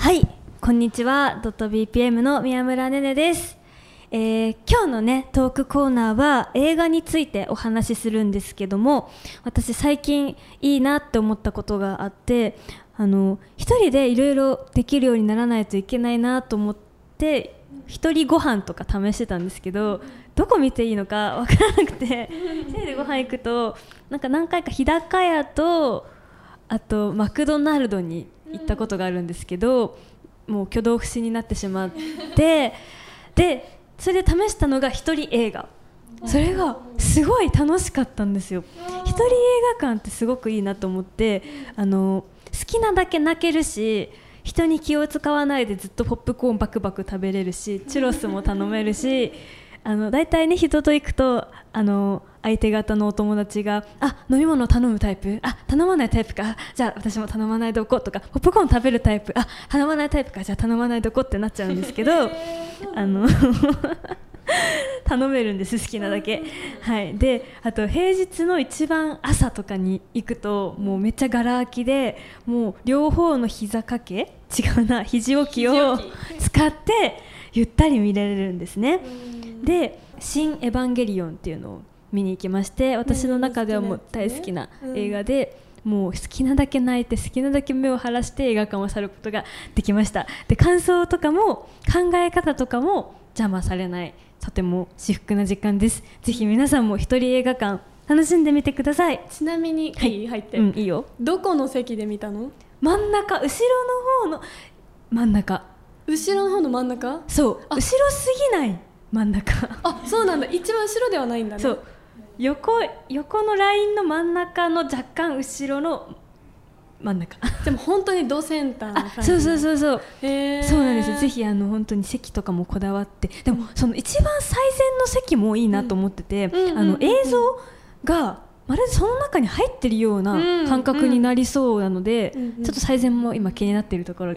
はい、こんにちは。.bpm の宮村ねねです。今日のねトークコーナーは映画についてお話しするんですけども、私最近いいなって思ったことがあって、一人でいろいろできるようにならないといけないなと思って一人ご飯とか試してたんですけど、どこ見ていいのか分からなくて一人でご飯行くとなんか何回か日高屋とあとマクドナルドに行ったことがあるんですけど、もう挙動不審になってしまってでそれで試したのが一人映画。それがすごい楽しかったんですよ。一人映画館ってすごくいいなと思って、好きなだけ泣けるし、人に気を使わないでずっとポップコーンバクバク食べれるし、チュロスも頼めるし、だいたいね人と行くと相手方のお友達が飲み物頼むタイプ、頼まないタイプか、じゃあ私も頼まないどことか、ポップコーン食べるタイプ、頼まないタイプか、じゃあ頼まないどこってなっちゃうんですけど頼めるんです、好きなだけ。はい、であと平日の一番朝とかに行くともうめっちゃガラ空きで、もう両方の膝掛け肘置きを使ってゆったり見られるんですね。で新エヴァンゲリオンっていうのを見に行きまして、私の中ではもう大好きな映画で、もう好きなだけ泣いて好きなだけ目を晴らして映画館を去ることができました。で感想とかも考え方とかも邪魔されない、とても至福な時間です。ぜひ皆さんも一人映画館楽しんでみてください。 ちなみに、入って、 いいよ。どこの席で見たの？ 真ん中、後ろの方の真ん中。 後ろの方の真ん中？ そう、後ろすぎない真ん中。 そうなんだ、一番後ろではないんだね。 そう、横のラインの真ん中の若干後ろの真ん中。 でも本当にドセンターな感じ。 そうそうそうそう、そうなんです。ぜひ本当に席とかもこだわって、でもその一番最前の席もいいなと思ってて、映像がまるでその中に入ってるような感覚になりそうなので、ちょっと最前も今気になっているところです。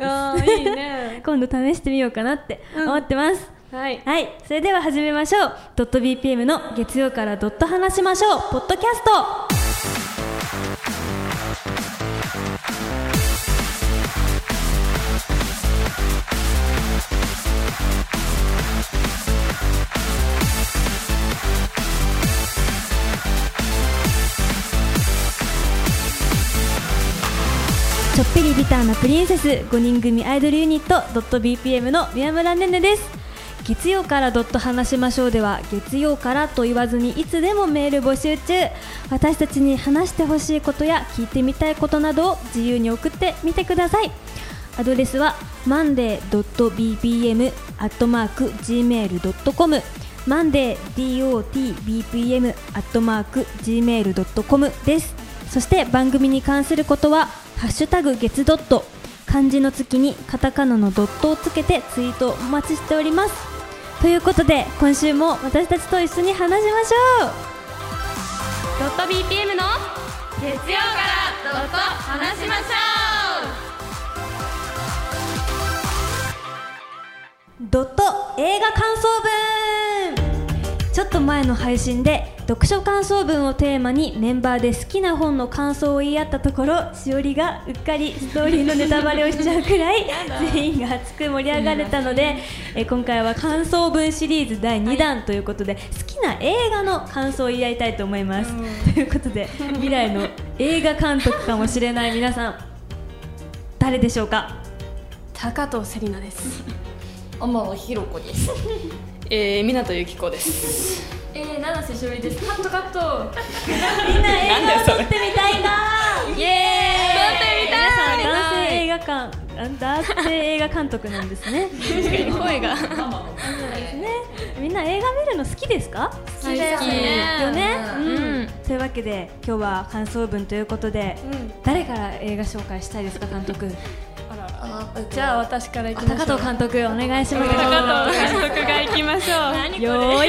いいね今度試してみようかなって思ってます。はい、それでは始めましょう。.bpm の月曜から話しましょうポッドキャスト。ちょっぴりビターなプリンセス5人組アイドルユニット .bpm の宮村ねねです。月曜から話しましょうでは、月曜からと言わずにいつでもメール募集中。私たちに話してほしいことや聞いてみたいことなどを自由に送ってみてください。アドレスは monday.bpm@gmail.com monday.bpm@gmail.com です。そして番組に関することはハッシュタグ月ドット、漢字の月にカタカナのドットをつけてツイートお待ちしております。ということで今週も私たちと一緒に話しましょう。 .bpm の月曜から話しましょう。ドット映画感想文。ちょっと前の配信で読書感想文をテーマにメンバーで好きな本の感想を言い合ったところ、しおりがうっかりストーリーのネタバレをしちゃうくらい全員が熱く盛り上がれたので、今回は感想文シリーズ第2弾ということで、好きな映画の感想を言い合いたいと思います。ということで未来の映画監督かもしれない皆さん、誰でしょうか？ 高藤セリナです。 天野ひろ子です。港由紀子です。 七瀬しおりです。カットカット。 みんな映画を撮ってみたいな。 イエーイ。 皆さん男性映画監督なんですね。 確かに声が。 そうですね。みんな映画見るの好きですか？ 好きですよね。というわけで今日は感想文ということで、誰から映画紹介したいですか、監督？ じゃあ私からいきましょう。 高藤監督お願いします。 高藤監督がいきましょう。 よーい、はい。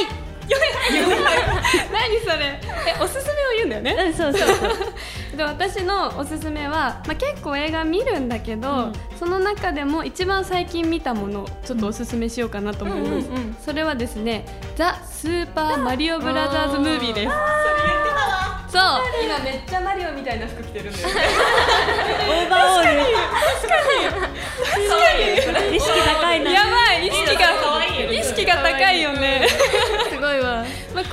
何それ？おすすめを言うんだよね。 そうで私のおすすめは、結構映画見るんだけど、その中でも一番最近見たものをちょっとおすすめしようかなと思います。それはですね、ザ・スーパーマリオブラザーズムービーです。それ言ってたわ。そう、今めっちゃマリオみたいな服着てるんだよね。 オーバーオール。 確かに。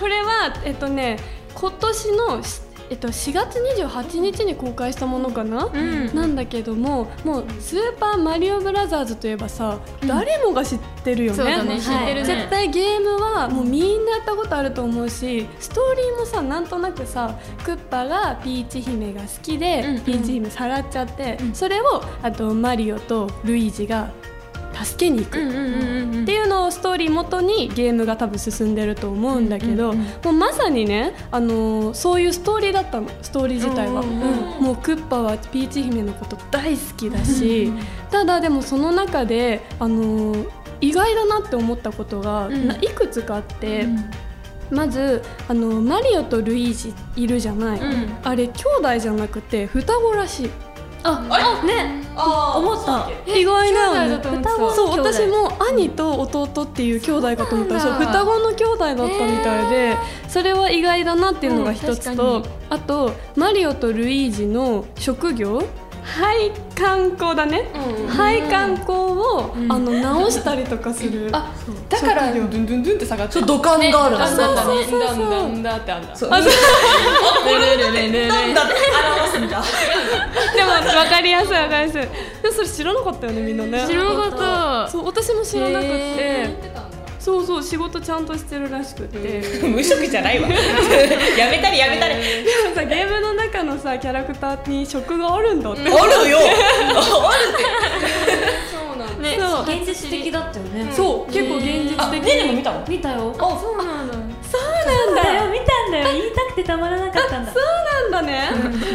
これは今年の4月28日に公開したものかな、なんだけども、もうスーパーマリオブラザーズといえばさ、誰もが知ってるよね。 そうだね、知ってるね。 絶対ゲームはもうみんなやったことあると思うし、ストーリーもさ、なんとなくさ、クッパがピーチ姫が好きで、ピーチ姫さらっちゃって、それをマリオとルイージが助けに行くっていうのをストーリー元にゲームが多分進んでると思うんだけど、もうまさにね、そういうストーリーだったの、ストーリー自体は。もうクッパはピーチ姫のこと大好きだし、ただでもその中で意外だなって思ったことがいくつかあって、まずマリオとルイージいるじゃない、あれ兄弟じゃなくて双子らしい。 ね、思った。 意外だよね。そう、 兄弟私も兄と弟っていう兄弟かと思ったら、そう、双子の兄弟だったみたいで、それは意外だなっていうのが一つと、あとマリオとルイージの職業、配管工だね、配管工を直したりとかする。 だからドゥンドゥンドゥンって下がってる。 土管があるんだ。 そうそうそうだんだってあんだ。 なんだって表すんだ。 でも分かりやすい分かりやすい。でそれ知らなかったよね、みんなね。 知らなかった。 そう、私も知らなくて。そうそう、仕事ちゃんとしてるらしくて。 無職じゃないわ。やめたり。 でもさ、ゲームの中のさキャラクターに職があるんだって。 あるよ。あるって。 そうなんだね、そう、 現実的だったよね。 そう、結構現実的。 ねねも見たの？ 見たよ。 そうなんだ。 そうなんだよ、見たんだよ。言いたくてたまらなかったんだ。 そうなんだね。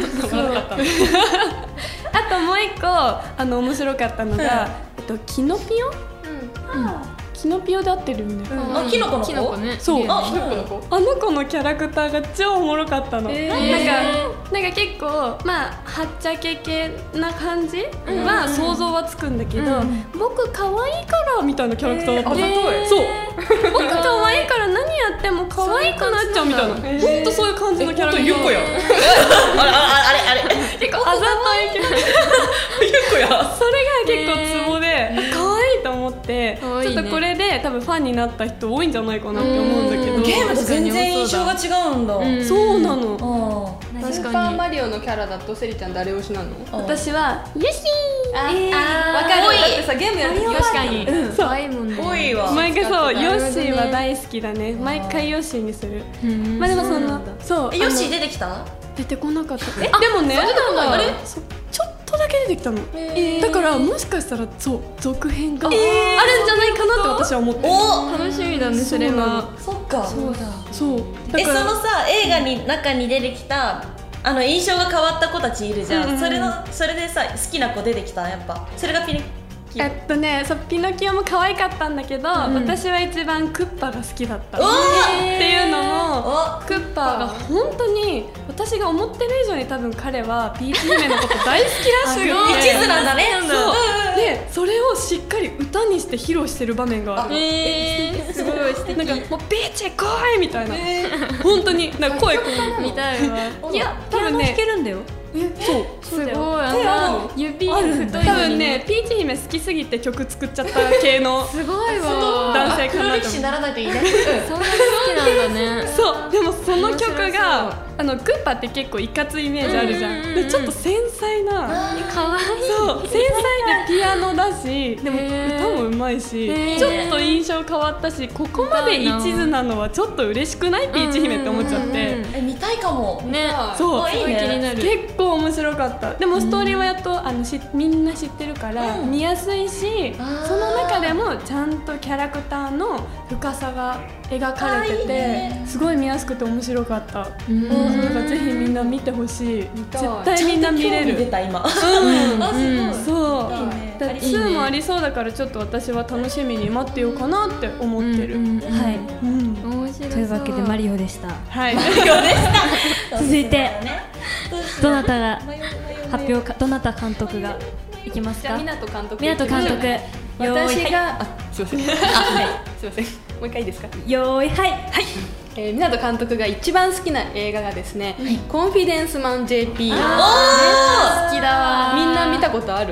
あともう一個面白かったのがキノピオ？キノピオで合ってるよね。 キノコの子？ キノコね。 そう、 キノコの子。 あの子のキャラクターが超おもろかったの。なんか結構まあはっちゃけ系な感じは想像はつくんだけど、僕可愛いからみたいなキャラクターだった。そう、僕可愛いから何やっても可愛くなっちゃうみたいな。ほんとそういう感じのキャラクター。 ゆっこや。あれ。 結構あざといキャラクター。 ゆっこや。 それが結構ツボで可愛いと思って、ちょっとこれで多分ファンになった人多いんじゃないかなって思うんだけど。 ゲームと全然印象が違うんだ。 そうなの。 スーパーマリオのキャラだとセリちゃん誰推しなの？ 私はヨッシー。 わかる。だってさ、ゲームやると確かに可愛いもんね。 多いわ。 毎回そう、ヨッシーは大好きだね。毎回ヨッシーにする。まあでもそう、 ヨッシー出てきた？ 出てこなかった。でもね、あれちょっとだけ出てきたの。だからもしかしたらそう続編があるんじゃないかなって私は思ってる。 楽しみだね、それは。 そっか。 そうだ。そう。 そのさ、映画に中に出てきた印象が変わった子たちいるじゃん。それでさ、好きな子出てきた？やっぱそれがピノキオ。 そう、ピノキオも可愛かったんだけど、私は一番クッパが好きだったっていうのも、クッパが本当に私が思ってる以上に多分彼はピーチ姫のこと大好きらしくて一途なんだね。 そうで、それをしっかり歌にして披露してる場面がある。 すごい素敵。 なんかもうピーチ来いみたいな、本当になんか声見たいわ。 いや、多分弾けるんだよ。 そうすごい。指多太い。 分ね、ピーチ姫好きすぎて曲作っちゃった系のすごいわ。 男性かなと思う。 力士にならないといいね。 そんなに好きなんだね。 そう、でもその曲がクッパって結構いかついイメージあるじゃん。でちょっと繊細な、 可愛い。 そう、繊細でピアノだし、でも歌もうまいし、ちょっと印象変わったし、ここまで一途なのはちょっと嬉しくない？ピーチ姫って思っちゃって。 見たいかもね。 そう、 いいね。 気になる。 結構面白かった。でもストーリーはやっとみんな知ってるから見やすいし、その中でもちゃんとキャラクターの深さが描かれてて、すごい見やすくて面白かった。だからぜひみんな見てほしい。絶対みんな見れる。 出た今。 そう。2もありそうだから、ちょっと私は楽しみに待ってようかなって思ってる。 はい。 面白い。 というわけでマリオでした。 はい。 続いてどなたが発表か、どなた監督がいきますか？ 湊監督。 湊監督。 私がすいません。すいません。もう一回いいですか？ よーい、はい。 湊監督が一番好きな映画がですね、コンフィデンスマン JP。 好きだわ。 みんな見たことある？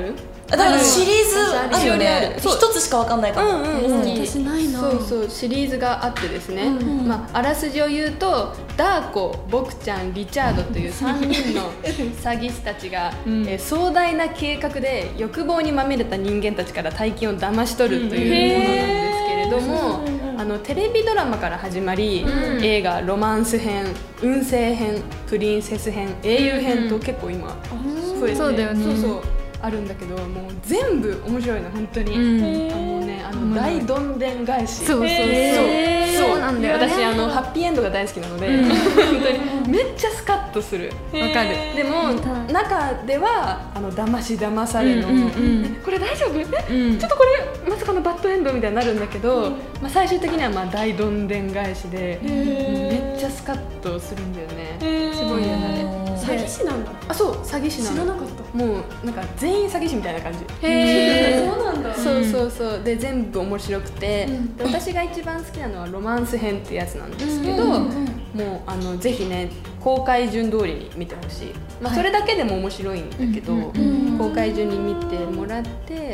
だからシリーズあるよね。一つしかわかんないかも。 私ないな。 そうそうシリーズがあってですね、あらすじを言うとダーコ、ボクちゃん、リチャードという3人の詐欺師たちが、壮大な計画で欲望にまみれた人間たちから大金を騙し取るというものなんですけれども、テレビドラマから始まり、映画ロマンス編、運勢編、プリンセス編、英雄編と結構今増えて、 そうだよね。 そうあるんだけど、もう全部面白いの本当に。もうね大どんでん返し。 そうなんだよ。私ハッピーエンドが大好きなので、本当にめっちゃスカッとする。 わかる。 でも中では騙し騙されの、これ大丈夫？ちょっとこれまさかのバッドエンドみたいになるんだけど、最終的には大どんでん返しでめっちゃスカッとするんだよね。すごいよね。 詐欺師なんだ。 あ、そう詐欺師なの。 知らなかった。 もうなんか全員詐欺師みたいな感じ。 そうなんだ。 そうで全部面白くて、で私が一番好きなのはロマンス編ってやつなんですけど、もうぜひね公開順通りに見てほしい。それだけでも面白いんだけど、公開順に見てもらって、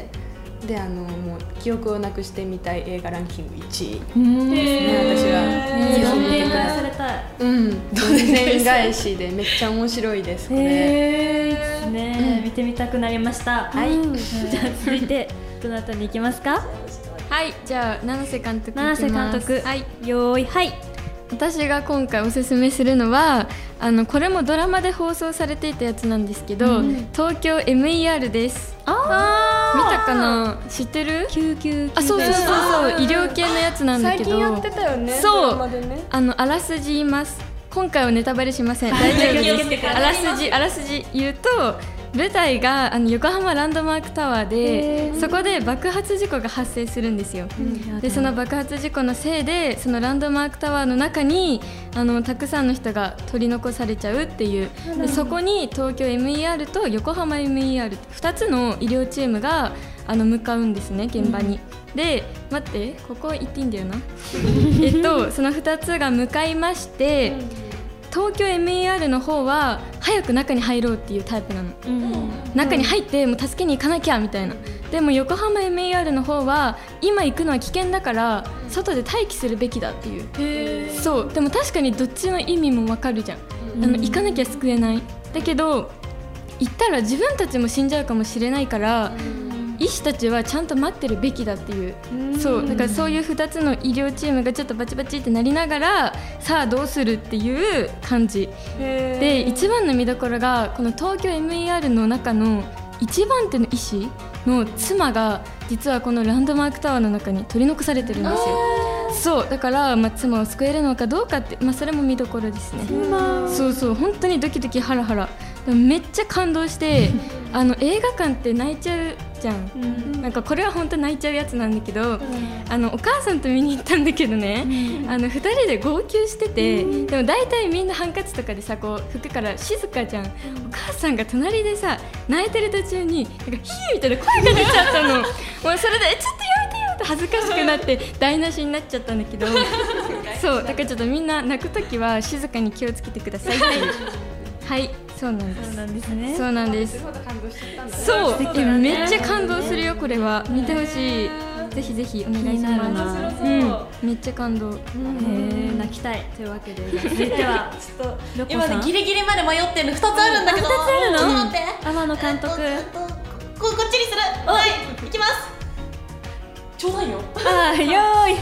でもう記憶をなくしてみたい映画ランキング1位ですね。私はどんでん返されたい。 どんでん返しでめっちゃ面白いですこれ。 ですね。見てみたくなりました。 はい。 じゃあ続いてどなたに行きますか？ はい、じゃあ七瀬監督いきます。 七瀬監督、 はい、 よーい、はい。 私が今回おすすめするのはこれもドラマで放送されていたやつなんですけど、東京 MER です。見たかな？知ってる？ 救急そう医療系のやつなんだけど、 最近やってたよね。 そうドラマでね。 あらすじ言います。今回はネタバレしません。大丈夫です。あらすじ言うと、舞台が横浜ランドマークタワーで、そこで爆発事故が発生するんですよ。でその爆発事故のせいでそのランドマークタワーの中にたくさんの人が取り残されちゃうっていう。でそこに東京 MER と横浜 MER2 つの医療チームが向かうんですね、現場に。で待って、ここ行っていいんだよなその2つが向かいまして、東京 MER の方は早く中に入ろうっていうタイプなの、中に入ってもう助けに行かなきゃみたいな。でも横浜 MER の方は今行くのは危険だから外で待機するべきだっていう。そうでも確かにどっちの意味も分かるじゃん。行かなきゃ救えない。だけど行ったら自分たちも死んじゃうかもしれないから、医師たちはちゃんと待ってるべきだっていう。そうだからそういう2つの医療チームがちょっとバチバチってなりながら、さあどうするっていう感じで、一番の見どころがこの東京 MER の中の一番手の医師の妻が実はこのランドマークタワーの中に取り残されてるんですよ。そうだから、妻を救えるのかどうかって、それも見どころですね。そう本当にドキドキハラハラ。でもめっちゃ感動して映画館って泣いちゃうじゃん、なんかこれは本当泣いちゃうやつなんだけど、お母さんと見に行ったんだけどね、2人で号泣してて、でも大体みんなハンカチとかでさこう拭くから静かじゃん。お母さんが隣でさ泣いてる途中になんかヒーみたいな声が出ちゃったのもうそれでちょっとやめてよって恥ずかしくなって台無しになっちゃったんだけどそうだからちょっとみんな泣くときは静かに気をつけてくださいはい、そうなんです。 そうなんですね。 そうなんです。そうめっちゃ感動するよ。これは見てほしい。ぜひぜひお願いします。めっちゃ感動。 泣きたいというわけで、続いてはちょっと今ねギリギリまで迷ってるの2つあるんだけど、 2つあるの？ ちょっと待って。 天野監督。 こっちにする。はい、行きます。ちょうだいよ。よーい、 はい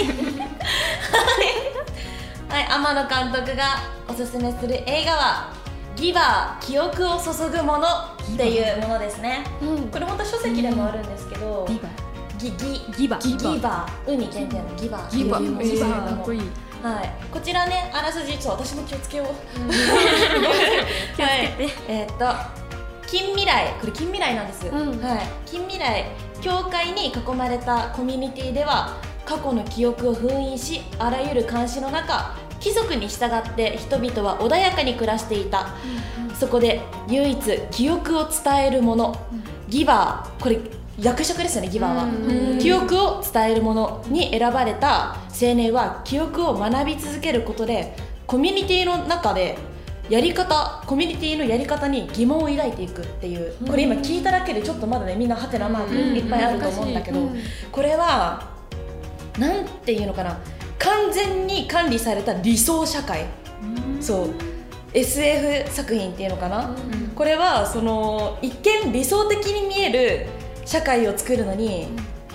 はい、天野監督がおすすめする映画はギバー記憶を注ぐものっていうものですね。これ本当書籍でもあるんですけど、ギバー海点々のギバーかっこいい。 はい、こちらね、あらすじ私も気をつけよう気をつけて。 近未来、これ近未来なんです。近未来、教会に囲まれたコミュニティでは過去の記憶を封印し、あらゆる監視の中規則に従って人々は穏やかに暮らしていた。そこで唯一記憶を伝えるもの、ギバー、これ役職ですよね。ギバーは記憶を伝えるものに選ばれた青年は記憶を学び続けることでコミュニティの中でやり方、コミュニティのやり方に疑問を抱いていくっていう、これ今聞いただけでちょっとまだねみんなハテナマークいっぱいあると思うんだけど、これはなんていうのかな、完全に管理された理想社会、そう SF 作品っていうのかな、これはその一見理想的に見える社会を作るのに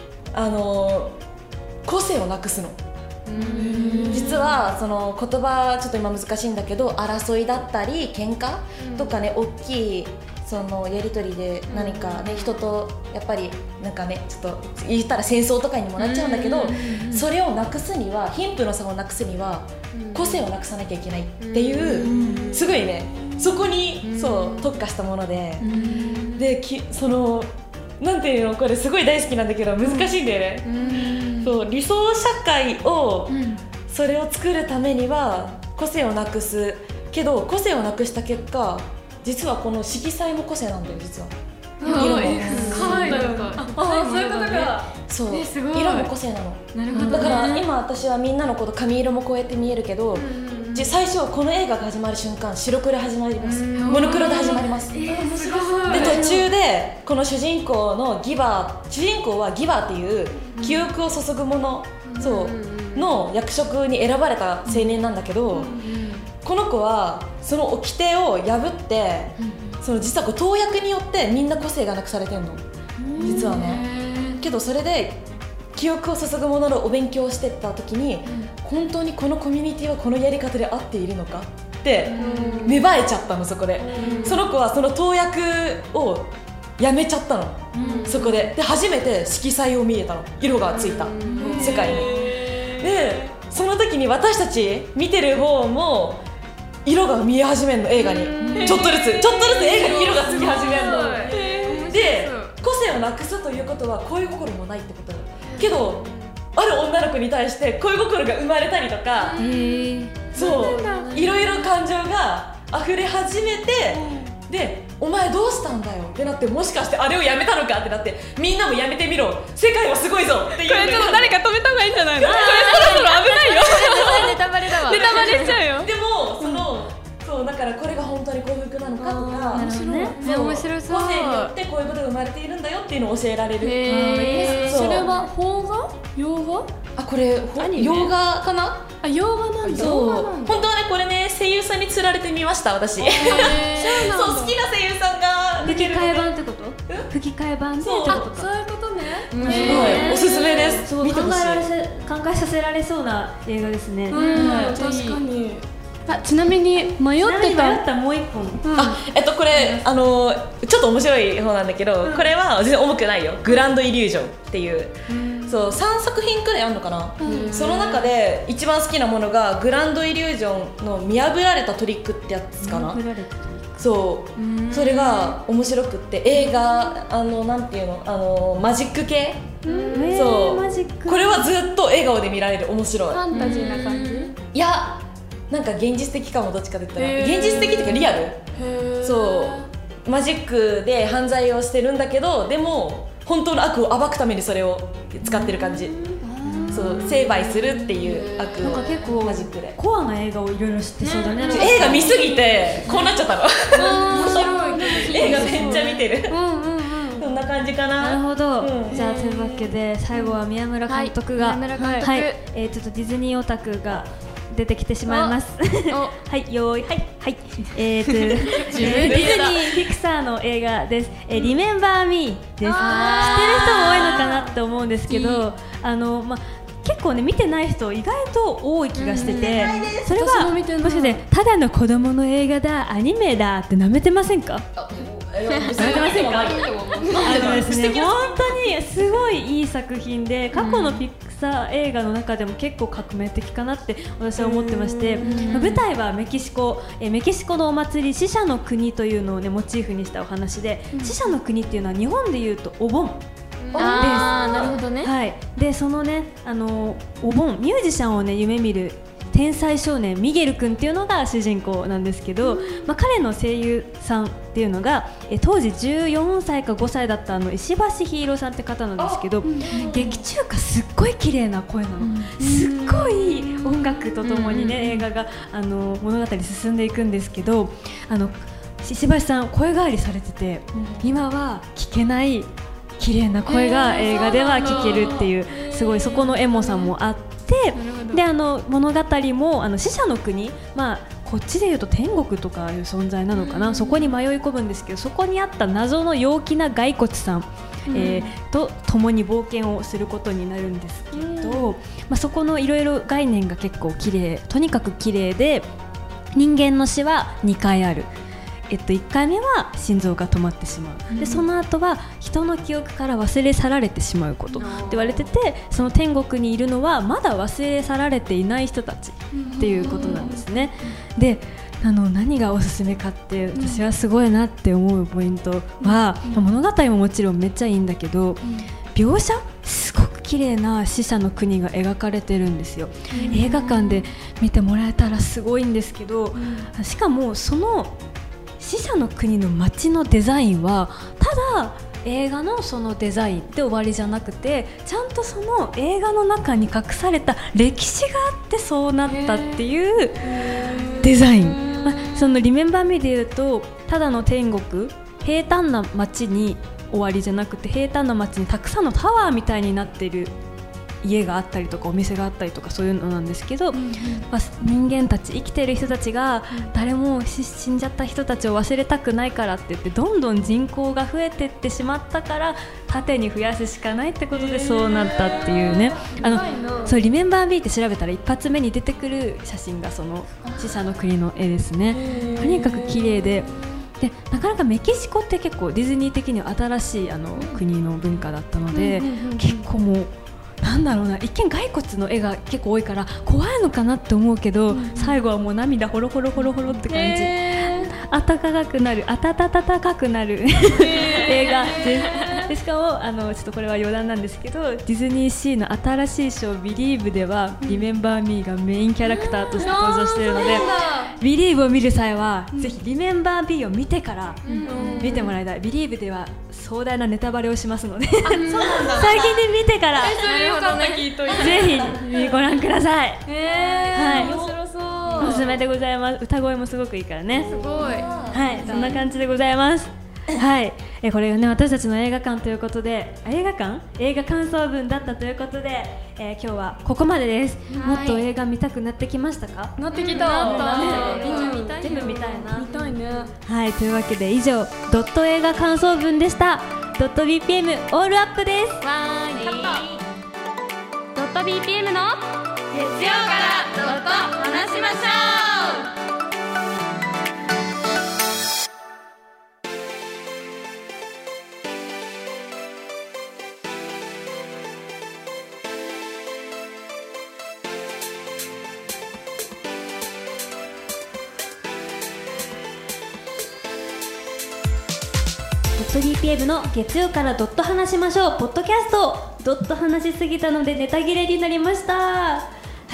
個性をなくすの。実はその言葉ちょっと今難しいんだけど、争いだったり喧嘩とかね、大きいそのやり取りで何かね、人とやっぱりなんかね、ちょっと言ったら戦争とかにもなっちゃうんだけど、それをなくすには、貧富の差をなくすには個性をなくさなきゃいけないっていう、すごいねそこにそう特化したもので、そのなんていうの、これすごい大好きなんだけど難しいんだよね。そう理想社会を、それを作るためには個性をなくすけど、個性をなくした結果、実はこの色彩も個性なんだよ、実は。色もそういうことか。 そう、色も個性なの。なるほど。だから今私はみんなのこと髪色もこうやって見えるけど、最初この映画が始まる瞬間白黒で始まります。モノクロで始まります。で途中でこの主人公のギバー、主人公はギバーっていう記憶を注ぐもの、そうの役職に選ばれた青年なんだけど、この子はその掟を破って、その実はこう投薬によってみんな個性がなくされてんの、実はね。けどそれで記憶を注ぐもののお勉強をしてった時に、本当にこのコミュニティはこのやり方で合っているのかって芽生えちゃったの。そこでその子はその投薬をやめちゃったの、そこで初めて色彩を見えたの、色がついた世界に。でその時に私たち見てる方も色が見え始めるの、映画にちょっとずつ映画に色がつき始めるので、個性をなくすということは恋心もないってことだけど、ある女の子に対して恋心が生まれたりとか、そういろいろ感情が溢れ始めて、でお前どうしたんだよってなって、もしかしてあれをやめたのかってなって、みんなもやめてみろ、世界はすごいぞっていう。 これちょっと誰か止めた方がいいんじゃないの？これそろそろ危ないよ。 ネタバレだわ。 ネタバレしちゃうよ。 でもそうだからこれが本当に幸福なのかとか、 面白そう。 個性によってこういうことが生まれているんだよっていうのを教えられる。 それは邦画？洋画？ あ、これ洋画かな？ あ、洋画なんだ。 そう本当はね、これね声優さんに釣られてみました、私。そう、好きな声優さんが吹き替え版ってこと？吹き替え版でってことか。 そういうことね。 おすすめです。見てほしい。 考えさせられそうな映画ですね。 確かに。ちなみに迷ったもう一本。 これちょっと面白い方なんだけど、これは全然重くないよ。グランドイリュージョンっていう、そう3作品くらいあるのかな。その中で一番好きなものがグランドイリュージョンの見破られたトリックってやつかな。そうそれが面白くって、映画なんていうの、マジック系。そうこれはずっと笑顔で見られる、面白い。 ファンタジーな感じ？ いやなんか現実的かも、どっちかと言ったら現実的っていうかリアル。そうマジックで犯罪をしてるんだけど、でも本当の悪を暴くためにそれを使ってる感じ。そう成敗するっていう悪を、 なんか結構マジックでコアな映画をいろいろ知ってそうだね。 映画見すぎてこうなっちゃったの。 面白い。 映画めっちゃ見てる。そんな感じかな。 なるほど。じゃあというわけで最後は宮村監督が、ちょっとディズニーオタクが出てきてしまいます。はい、よーい、はい。ディズニーピクサーの映画です。リメンバーミーです。知ってる人も多いのかなって思うんですけど、結構ね見てない人意外と多い気がしてて、それはもしかしてただの子供の映画だ、アニメだって舐めてませんか？本当にすごいいい作品で、過去のピクサー映画の中でも結構革命的かなって私は思ってまして、舞台はメキシコのお祭り、死者の国というのをねモチーフにしたお話で、死者の国っていうのは日本でいうとお盆です。 なるほどね。 はい。でそのねお盆、ミュージシャンをね夢見る天才少年ミゲル君っていうのが主人公なんですけど、彼の声優さんっていうのが当時14歳か5歳だった石橋陽彩さんって方なんですけど、劇中歌すっごい綺麗な声なの、すっごい音楽とともにね、映画が物語進んでいくんですけど、石橋さん声変わりされてて、今は聞けない綺麗な声が映画では聞けるっていう、すごいそこのエモさもあって、で物語も死者の国、こっちでいうと天国とかいう存在なのかな、そこに迷い込むんですけど、そこにあった謎の陽気な骸骨さん、と共に冒険をすることになるんですけど、そこのいろいろ概念が結構綺麗、とにかく綺麗で、人間の死は2回ある。1回目は心臓が止まってしまう、でその後は人の記憶から忘れ去られてしまうことって言われてて、その天国にいるのはまだ忘れ去られていない人たちっていうことなんですね。で何がおすすめかって、私はすごいなって思うポイントは、物語ももちろんめっちゃいいんだけど、描写すごく綺麗な死者の国が描かれてるんですよ。映画館で見てもらえたらすごいんですけど、しかもその死者の国の街のデザインはただ映画のそのデザインで終わりじゃなくて、ちゃんとその映画の中に隠された歴史があってそうなったっていうデザイン、そのリメンバーミーでいうと、ただの天国、平坦な街に終わりじゃなくて、平坦な街にたくさんのタワーみたいになっている家があったりとかお店があったりとか、そういうのなんですけど、人間たち、生きてる人たちが誰も死んじゃった人たちを忘れたくないからって言って、どんどん人口が増えていってしまったから、縦に増やすしかないってことでそうなったっていうね。そうリメンバーミーって調べたら一発目に出てくる写真がその死者の国の絵ですね。とにかく綺麗で、なかなかメキシコって結構ディズニー的には新しい国の文化だったので、結構もうなんだろうな、一見骸骨の絵が結構多いから怖いのかなって思うけど、最後はもう涙ホロホロホロホロって感じ、温かくなる映画で、しかもちょっとこれは余談なんですけど、ディズニーシーの新しいショービリーブではリメンバーミーがメインキャラクターとして登場しているので、ビリーブを見る際はぜひリメンバーミーを見てから見てもらいたい。ビリーブでは壮大なネタバレをしますので先に見てからぜひご覧ください。はい、面白そう、おすすめでございます。歌声もすごくいいからね。すごい、はい、そんな感じでございます。はい、これがね、私たちの映画館ということで、映画感想文だったということで、今日はここまでです。もっと映画見たくなってきましたか？ なってきた。 全部見たいな。 見たいね。 はい、というわけで以上ドット映画感想文でした。ドット BPM オールアップです。 ドット BPM の月曜からドット話しましょう。 ドット BPM の月曜からドット話しましょうポッドキャスト、ドット話しすぎたのでネタ切れになりました。はい、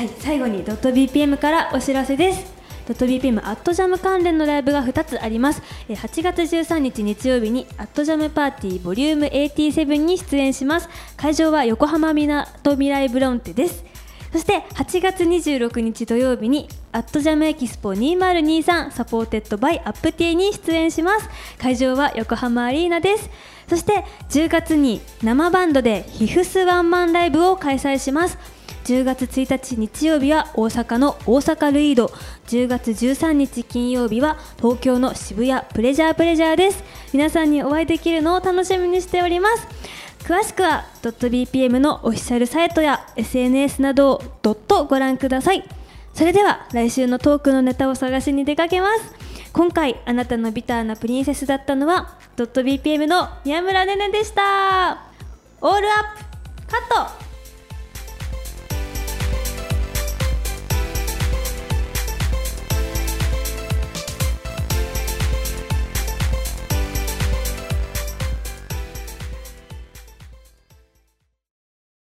最後にドット BPM からお知らせです。ドット BPM アットジャム関連のライブが2つあります。8月13日日曜日にアットジャムパーティーボリューム87に出演します。会場は横浜みなとみらいブロンテです。そして8月26日土曜日にアットジャムエキスポ2023サポーテッドバイアップティーに出演します。会場は横浜アリーナです。そして10月に生バンドでヒフスワンマンライブを開催します。10月1日日曜日は大阪の大阪ルイード、10月13日金曜日は東京の渋谷プレジャーです。皆さんにお会いできるのを楽しみにしております。詳しくは .bpm のオフィシャルサイトや SNS などをご覧ください。それでは来週のトークのネタを探しに出かけます。今回あなたのビターなプリンセスだったのは .bpm の宮村ねねでした。オールアップカット。